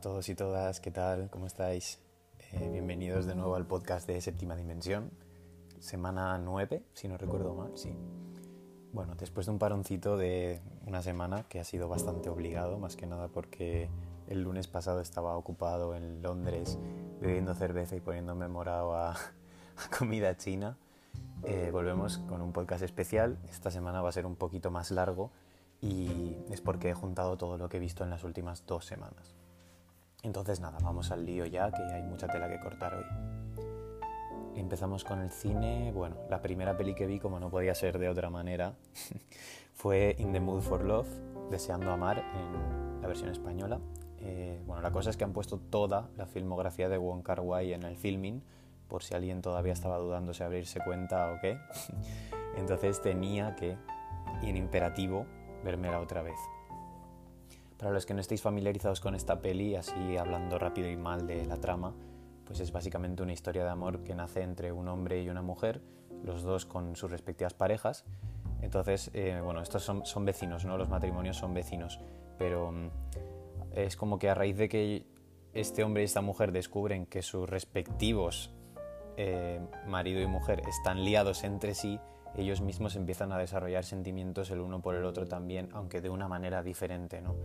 todos y todas, ¿qué tal? ¿Cómo estáis? Bienvenidos de nuevo al podcast de Séptima Dimensión, semana 9, si no recuerdo mal, sí. Bueno, después de un paroncito de una semana que ha sido bastante obligado, más que nada porque el lunes pasado estaba ocupado en Londres bebiendo cerveza y poniéndome morado a comida china. Volvemos con un podcast especial. Esta semana va a ser un poquito más largo y es porque he juntado todo lo que he visto en las últimas 2 semanas. Entonces nada, vamos al lío ya, que hay mucha tela que cortar hoy. Empezamos con el cine. Bueno, la primera peli que vi, como no podía ser de otra manera, fue In the Mood for Love, Deseando Amar, en la versión española. Bueno, la cosa es que han puesto toda la filmografía de Wong Kar-wai en el Filmin, por si alguien todavía estaba dudando si abrirse cuenta o qué. Entonces tenía que, y en imperativo, vérmela otra vez. Para los que no estéis familiarizados con esta peli, así hablando rápido y mal de la trama, pues es básicamente una historia de amor que nace entre un hombre y una mujer, los dos con sus respectivas parejas. Entonces, bueno, estos son vecinos, ¿no? Los matrimonios son vecinos, pero es como que a raíz de que este hombre y esta mujer descubren que sus respectivos marido y mujer están liados entre sí, ellos mismos empiezan a desarrollar sentimientos el uno por el otro también, aunque de una manera diferente, ¿no?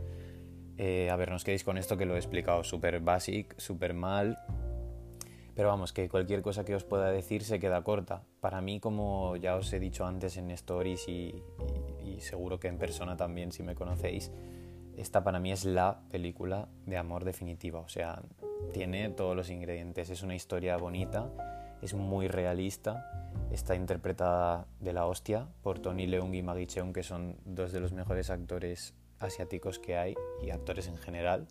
A ver, no os quedéis con esto que lo he explicado súper basic, súper mal, pero vamos, que cualquier cosa que os pueda decir se queda corta. Para mí, como ya os he dicho antes en stories y seguro que en persona también, si me conocéis, esta para mí es la película de amor definitiva, o sea, tiene todos los ingredientes. Es una historia bonita, es muy realista, está interpretada de la hostia por Tony Leung y Maggie Cheung, que son dos de los mejores actores asiáticos que hay y actores en general.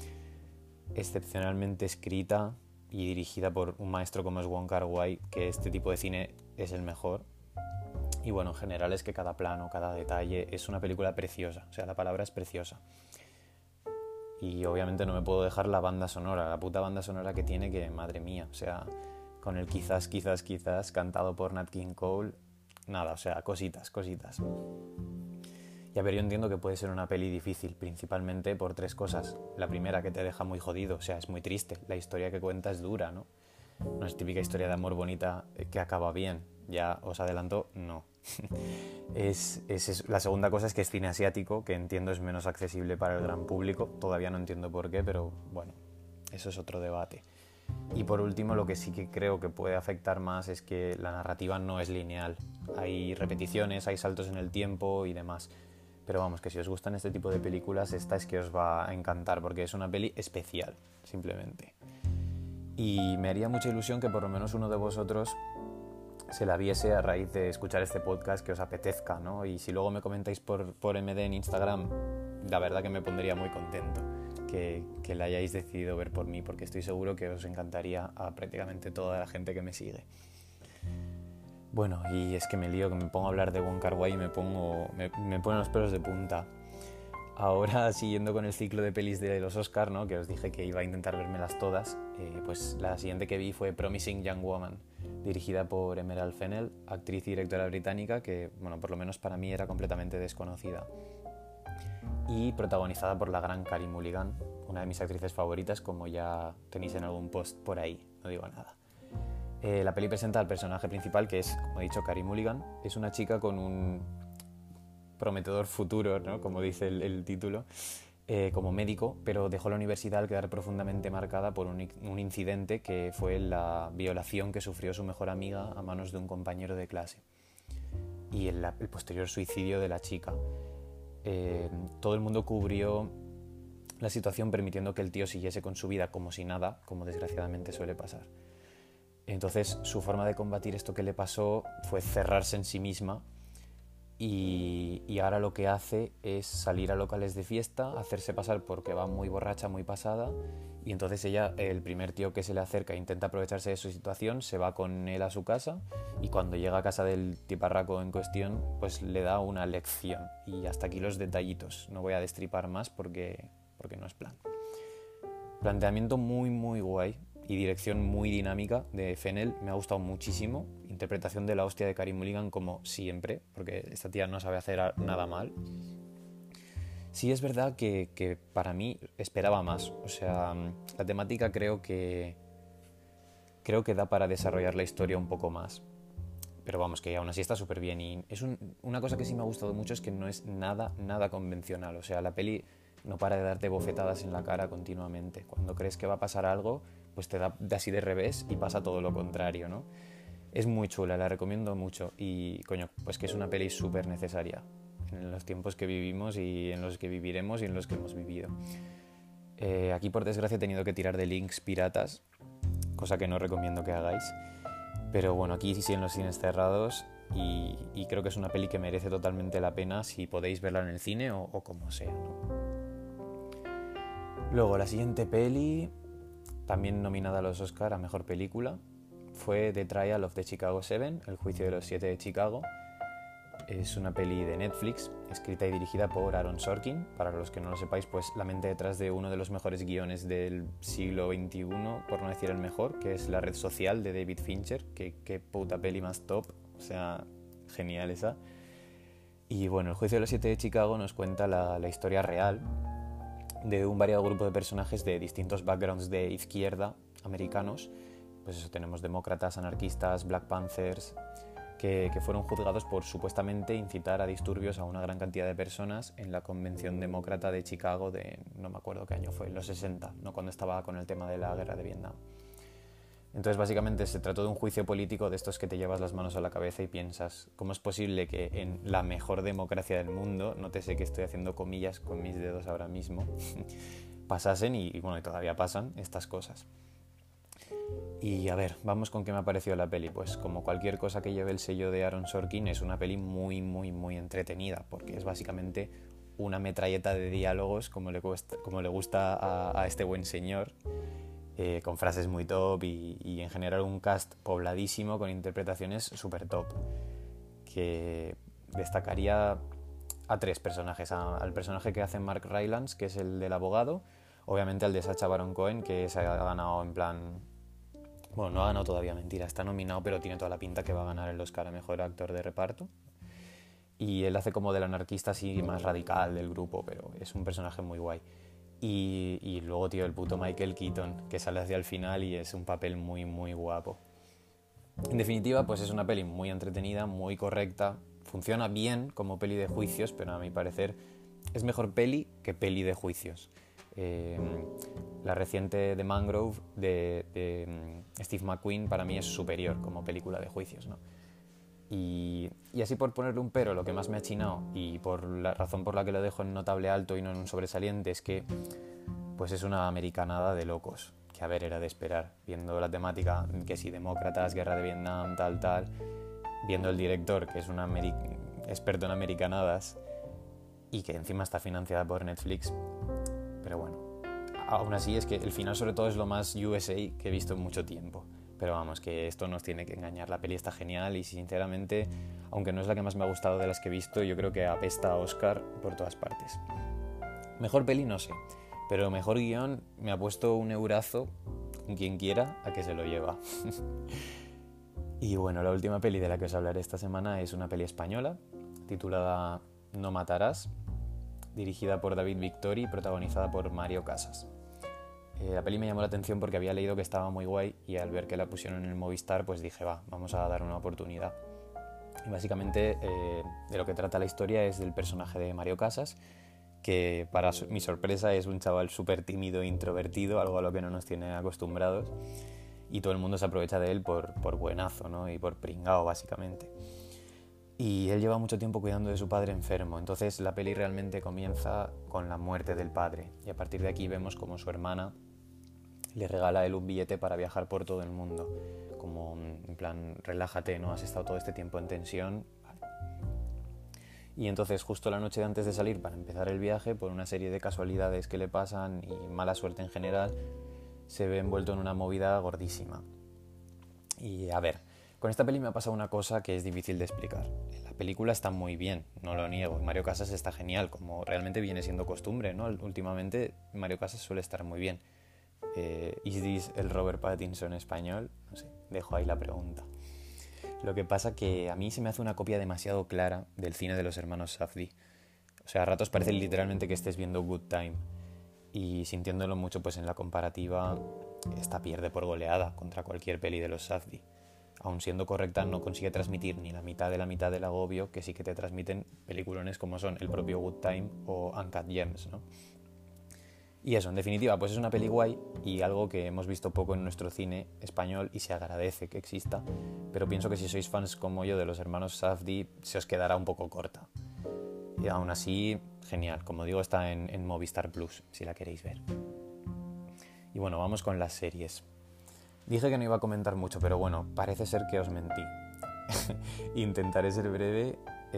Excepcionalmente escrita y dirigida por un maestro como es Wong Kar-wai, que este tipo de cine es el mejor. Y bueno, en general es que cada plano, cada detalle es una película preciosa, o sea, la palabra es preciosa. Y obviamente no me puedo dejar la banda sonora, la puta banda sonora que tiene, que madre mía, o sea, con el quizás cantado por Nat King Cole, nada, o sea, cositas. Y a ver, yo entiendo que puede ser una peli difícil, principalmente por 3 cosas. La primera, que te deja muy jodido, o sea, es muy triste, la historia que cuenta es dura, ¿no? No es típica historia de amor bonita que acaba bien, ya os adelanto, no. Es la segunda cosa es que es cine asiático, que entiendo es menos accesible para el gran público, todavía no entiendo por qué, pero bueno, eso es otro debate. Y por último, lo que sí que creo que puede afectar más es que la narrativa no es lineal, hay repeticiones, hay saltos en el tiempo y demás. Pero vamos, que si os gustan este tipo de películas, esta es que os va a encantar, porque es una peli especial, simplemente. Y me haría mucha ilusión que por lo menos uno de vosotros se la viese a raíz de escuchar este podcast, que os apetezca, ¿no? Y si luego me comentáis por MD en Instagram, la verdad que me pondría muy contento que la hayáis decidido ver por mí, porque estoy seguro que os encantaría a prácticamente toda la gente que me sigue. Bueno, y es que me lío, que me pongo a hablar de Wong Kar-wai y me ponen los pelos de punta. Ahora, siguiendo con el ciclo de pelis de los Oscar, ¿no? Que os dije que iba a intentar vérmelas todas, pues la siguiente que vi fue Promising Young Woman, dirigida por Emerald Fennell, actriz y directora británica que, bueno, por lo menos para mí era completamente desconocida, y protagonizada por la gran Carey Mulligan, una de mis actrices favoritas, como ya tenéis en algún post por ahí, no digo nada. La peli presenta al personaje principal, que es, como he dicho, Carey Mulligan. Es una chica con un prometedor futuro, ¿no? Como dice el título, como médico, pero dejó la universidad al quedar profundamente marcada por un incidente que fue la violación que sufrió su mejor amiga a manos de un compañero de clase y el posterior suicidio de la chica. Todo el mundo cubrió la situación permitiendo que el tío siguiese con su vida como si nada, como desgraciadamente suele pasar. Entonces su forma de combatir esto que le pasó fue cerrarse en sí misma y ahora lo que hace es salir a locales de fiesta, hacerse pasar porque va muy borracha, muy pasada, y entonces ella, el primer tío que se le acerca, intenta aprovecharse de su situación, se va con él a su casa y cuando llega a casa del tiparraco en cuestión, pues le da una lección. Y hasta aquí los detallitos, no voy a destripar más porque no es plan. Planteamiento muy guay y dirección muy dinámica de Fennell, me ha gustado muchísimo. Interpretación de la hostia de Carey Mulligan, como siempre, porque esta tía no sabe hacer nada mal. Sí es verdad que para mí esperaba más. O sea, la temática creo que da para desarrollar la historia un poco más. Pero vamos, que aún así está súper bien. Y es una cosa que sí me ha gustado mucho es que no es nada convencional. O sea, la peli no para de darte bofetadas en la cara continuamente. Cuando crees que va a pasar algo, pues te da así de revés y pasa todo lo contrario, ¿no? Es muy chula, la recomiendo mucho. Y coño, pues que es una peli súper necesaria en los tiempos que vivimos y en los que viviremos y en los que hemos vivido. Aquí por desgracia he tenido que tirar de links piratas, cosa que no recomiendo que hagáis. Pero bueno, aquí sí siguen los cines cerrados y creo que es una peli que merece totalmente la pena si podéis verla en el cine o como sea, ¿no? Luego, la siguiente peli, también nominada a los Oscar a Mejor Película, fue The Trial of the Chicago 7, El Juicio de los Siete de Chicago. Es una peli de Netflix, escrita y dirigida por Aaron Sorkin. Para los que no lo sepáis, pues la mente detrás de uno de los mejores guiones del siglo XXI, por no decir el mejor, que es La Red Social de David Fincher. Qué puta peli más top, o sea, genial esa. Y bueno, El Juicio de los Siete de Chicago nos cuenta la historia real de un variado grupo de personajes de distintos backgrounds de izquierda americanos. Pues eso, tenemos demócratas, anarquistas, Black Panthers, que fueron juzgados por supuestamente incitar a disturbios a una gran cantidad de personas en la Convención Demócrata de Chicago de, no me acuerdo qué año fue, en los 60, ¿no? Cuando estaba con el tema de la guerra de Vietnam. Entonces básicamente se trató de un juicio político de estos que te llevas las manos a la cabeza y piensas, ¿cómo es posible que en la mejor democracia del mundo, no te sé que estoy haciendo comillas con mis dedos ahora mismo, pasasen y bueno, y todavía pasan estas cosas? Y a ver, vamos con qué me ha parecido la peli. Pues como cualquier cosa que lleve el sello de Aaron Sorkin, es una peli muy entretenida, porque es básicamente una metralleta de diálogos como le gusta a este buen señor, con frases muy top y en general un cast pobladísimo con interpretaciones súper top. Que destacaría a tres personajes: al personaje que hace Mark Rylance, que es el del abogado, obviamente al de Sacha Baron Cohen, que se ha ganado en plan... Bueno, no ha ganado todavía, mentira, está nominado, pero tiene toda la pinta que va a ganar el Oscar a Mejor Actor de Reparto. Y él hace como del anarquista así más radical del grupo, pero es un personaje muy guay. Y luego, tío, el puto Michael Keaton, que sale hacia el final y es un papel muy guapo. En definitiva, pues es una peli muy entretenida, muy correcta, funciona bien como peli de juicios, pero a mi parecer es mejor peli que peli de juicios. La reciente The Mangrove de Steve McQueen para mí es superior como película de juicios, ¿no? Y así, por ponerle un pero, lo que más me ha chinado y por la razón por la que lo dejo en notable alto y no en un sobresaliente es que pues es una americanada de locos, que a ver, era de esperar, viendo la temática, que si demócratas, guerra de Vietnam, tal, viendo el director, que es un experto en americanadas y que encima está financiada por Netflix. Pero bueno, aún así es que el final sobre todo es lo más USA que he visto en mucho tiempo. Pero vamos, que esto nos tiene que engañar. La peli está genial y sinceramente, aunque no es la que más me ha gustado de las que he visto, yo creo que apesta a Oscar por todas partes. Mejor peli no sé, pero mejor guión me ha puesto un eurazo con quien quiera a que se lo lleva. Y bueno, la última peli de la que os hablaré esta semana es una peli española titulada No matarás, dirigida por David Victori y protagonizada por Mario Casas. La peli me llamó la atención porque había leído que estaba muy guay y al ver que la pusieron en el Movistar pues dije, vamos a dar una oportunidad. Y básicamente de lo que trata la historia es del personaje de Mario Casas, que para mi sorpresa es un chaval súper tímido e introvertido, algo a lo que no nos tiene acostumbrados, y todo el mundo se aprovecha de él por buenazo, ¿no? Y por pringao básicamente. Y él lleva mucho tiempo cuidando de su padre enfermo, entonces la peli realmente comienza con la muerte del padre y a partir de aquí vemos como su hermana le regala a él un billete para viajar por todo el mundo, como en plan, relájate, ¿no? Has estado todo este tiempo en tensión. Vale. Y entonces justo la noche de antes de salir para empezar el viaje, por una serie de casualidades que le pasan y mala suerte en general, se ve envuelto en una movida gordísima. Y a ver, con esta peli me ha pasado una cosa que es difícil de explicar. La película está muy bien, no lo niego. Mario Casas está genial, como realmente viene siendo costumbre, ¿no? Últimamente Mario Casas suele estar muy bien. ¿Is this el Robert Pattinson español? No sé, dejo ahí la pregunta. Lo que pasa que a mí se me hace una copia demasiado clara del cine de los hermanos Safdie. O sea, a ratos parece literalmente que estés viendo Good Time. Y sintiéndolo mucho, pues en la comparativa, esta pierde por goleada contra cualquier peli de los Safdie. Aun siendo correcta, no consigue transmitir ni la mitad del agobio que sí que te transmiten peliculones como son el propio Good Time o Uncut Gems, ¿no? Y eso, en definitiva, pues es una peli guay y algo que hemos visto poco en nuestro cine español y se agradece que exista, pero pienso que si sois fans como yo de los hermanos Safdie, se os quedará un poco corta. Y aún así, genial. Como digo, está en Movistar Plus, si la queréis ver. Y bueno, vamos con las series. Dije que no iba a comentar mucho, pero bueno, parece ser que os mentí. Intentaré ser breve,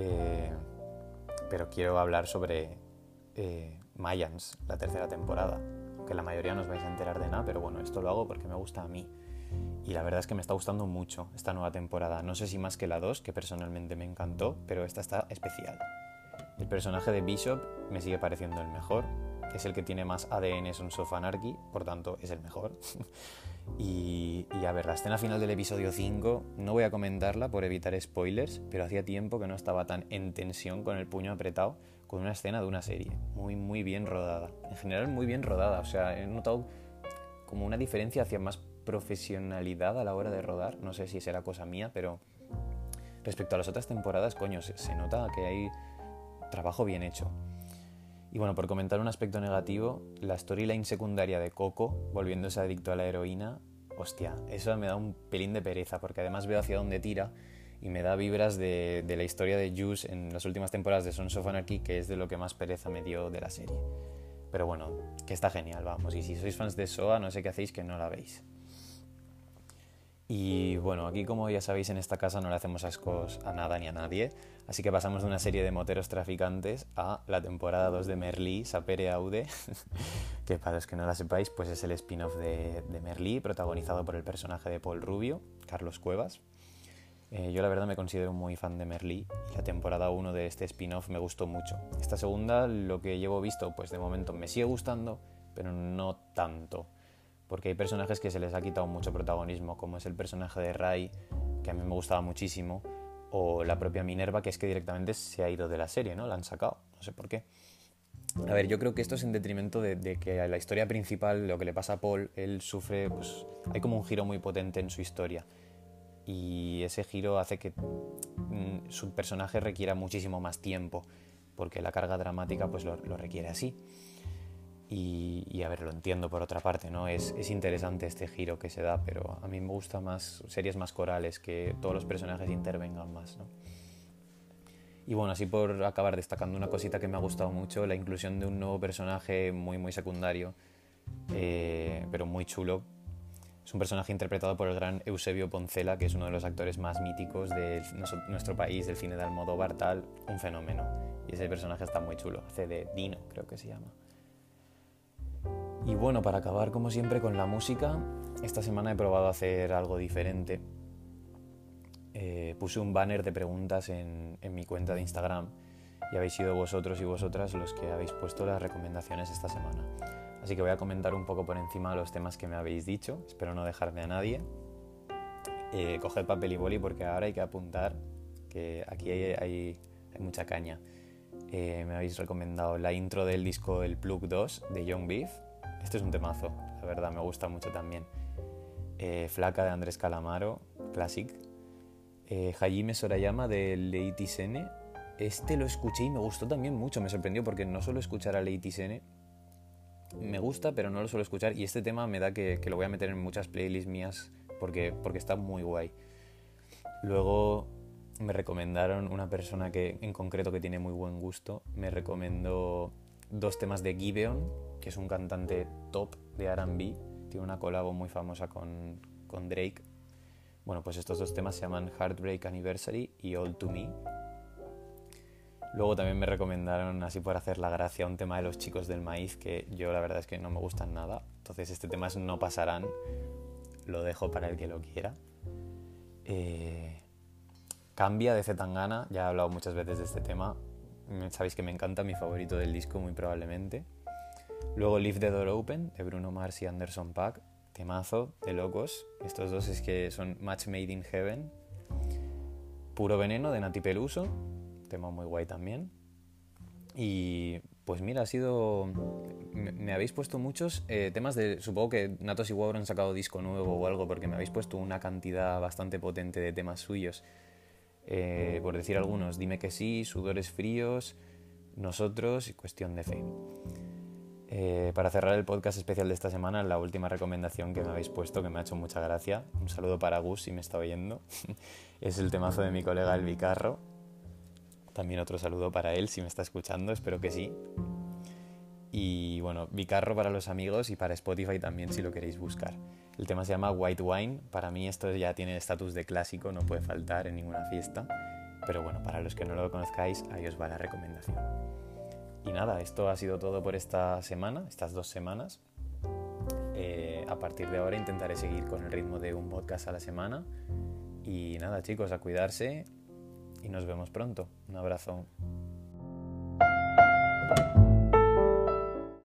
pero quiero hablar sobre Mayans, la tercera temporada. Que la mayoría no os vais a enterar de nada, pero bueno, esto lo hago porque me gusta a mí. Y la verdad es que me está gustando mucho esta nueva temporada. No sé si más que la 2, que personalmente me encantó, pero esta está especial. El personaje de Bishop me sigue pareciendo el mejor. Es el que tiene más ADN Sons of Anarchy, por tanto es el mejor. y a ver, la escena final del episodio 5, no voy a comentarla por evitar spoilers, pero hacía tiempo que no estaba tan en tensión con el puño apretado con una escena de una serie. Muy, muy bien rodada. En general, muy bien rodada. O sea, he notado como una diferencia hacia más profesionalidad a la hora de rodar. No sé si será cosa mía, pero respecto a las otras temporadas, coño, se nota que hay trabajo bien hecho. Y bueno, por comentar un aspecto negativo, la storyline secundaria de Coco, volviéndose adicto a la heroína, hostia, eso me da un pelín de pereza, porque además veo hacia dónde tira y me da vibras de la historia de Juice en las últimas temporadas de Sons of Anarchy, que es de lo que más pereza me dio de la serie. Pero bueno, que está genial, vamos, y si sois fans de SOA, no sé qué hacéis que no la veis. Y bueno, aquí como ya sabéis en esta casa no le hacemos ascos a nada ni a nadie, así que pasamos de una serie de moteros traficantes a la temporada 2 de Merlí, Sapere Aude, que para los que no la sepáis pues es el spin-off de Merlí, protagonizado por el personaje de Paul Rubio, Carlos Cuevas. Yo la verdad me considero muy fan de Merlí y la temporada 1 de este spin-off me gustó mucho. Esta segunda, lo que llevo visto, pues de momento me sigue gustando, pero no tanto. Porque hay personajes que se les ha quitado mucho protagonismo, como es el personaje de Ray, que a mí me gustaba muchísimo, o la propia Minerva, que es que directamente se ha ido de la serie, ¿no? La han sacado, no sé por qué. A ver, yo creo que esto es en detrimento de que a la historia principal, lo que le pasa a Paul, él sufre, pues hay como un giro muy potente en su historia. Y ese giro hace que su personaje requiera muchísimo más tiempo, porque la carga dramática pues lo requiere así. Y a ver, lo entiendo por otra parte, ¿no? Es interesante este giro que se da, pero a mí me gustan más series más corales, que todos los personajes intervengan más, ¿no? Y bueno, así por acabar destacando una cosita que me ha gustado mucho, la inclusión de un nuevo personaje muy muy secundario, pero muy chulo. Es un personaje interpretado por el gran Eusebio Poncela, que es uno de los actores más míticos de nuestro país, del cine de Almodóvar, tal, un fenómeno. Y ese personaje está muy chulo, hace de Dino, creo que se llama. Y bueno, para acabar como siempre con la música, esta semana he probado a hacer algo diferente. Puse un banner de preguntas en mi cuenta de Instagram y habéis sido vosotros y vosotras los que habéis puesto las recomendaciones esta semana. Así que voy a comentar un poco por encima los temas que me habéis dicho, espero no dejarme a nadie. Coged papel y boli porque ahora hay que apuntar, que aquí hay mucha caña. Me habéis recomendado la intro del disco El Plug 2 de Young Beef. Este es un temazo, la verdad, me gusta mucho también. Flaca de Andrés Calamaro, Classic. Hajime Sorayama de Lady Sene. Este lo escuché y me gustó también mucho, me sorprendió porque no suelo escuchar a Lady Sene. Me gusta, pero no lo suelo escuchar y este tema me da que lo voy a meter en muchas playlists mías porque está muy guay. Luego me recomendaron una persona que en concreto que tiene muy buen gusto, me recomendó 2 temas de Giveon, que es un cantante top de R&B, tiene una colabo muy famosa con Drake. Bueno, pues estos 2 temas se llaman Heartbreak Anniversary y All To Me. Luego también me recomendaron, así por hacer la gracia, un tema de Los Chicos del Maíz, que yo la verdad es que no me gustan nada, entonces este tema es No Pasarán, lo dejo para el que lo quiera. Cambia de Zetangana, ya he hablado muchas veces de este tema, sabéis que me encanta, mi favorito del disco muy probablemente. Luego Leave the Door Open de Bruno Mars y Anderson .Paak, temazo de locos, estos dos es que son Match Made in Heaven. Puro Veneno de Nati Peluso, tema muy guay también. Y pues mira, ha sido... Me habéis puesto muchos temas de... Supongo que Natos y Guauro han sacado disco nuevo o algo, porque me habéis puesto una cantidad bastante potente de temas suyos. Por decir algunos, Dime que sí, Sudores fríos, Nosotros y Cuestión de fe. Para cerrar el podcast especial de esta semana, la última recomendación que me habéis puesto, que me ha hecho mucha gracia, un saludo para Gus si me está oyendo, es el temazo de mi colega El Vicarro. También otro saludo para él si me está escuchando, espero que sí. Y bueno, Vicarro para los amigos y para Spotify también si lo queréis buscar. El tema se llama White Wine. Para mí esto ya tiene estatus de clásico, no puede faltar en ninguna fiesta. Pero bueno, para los que no lo conozcáis, ahí os va la recomendación. Y nada, esto ha sido todo por esta semana, estas 2 semanas. A partir de ahora intentaré seguir con el ritmo de un podcast a la semana. Y nada, chicos, a cuidarse y nos vemos pronto. Un abrazo.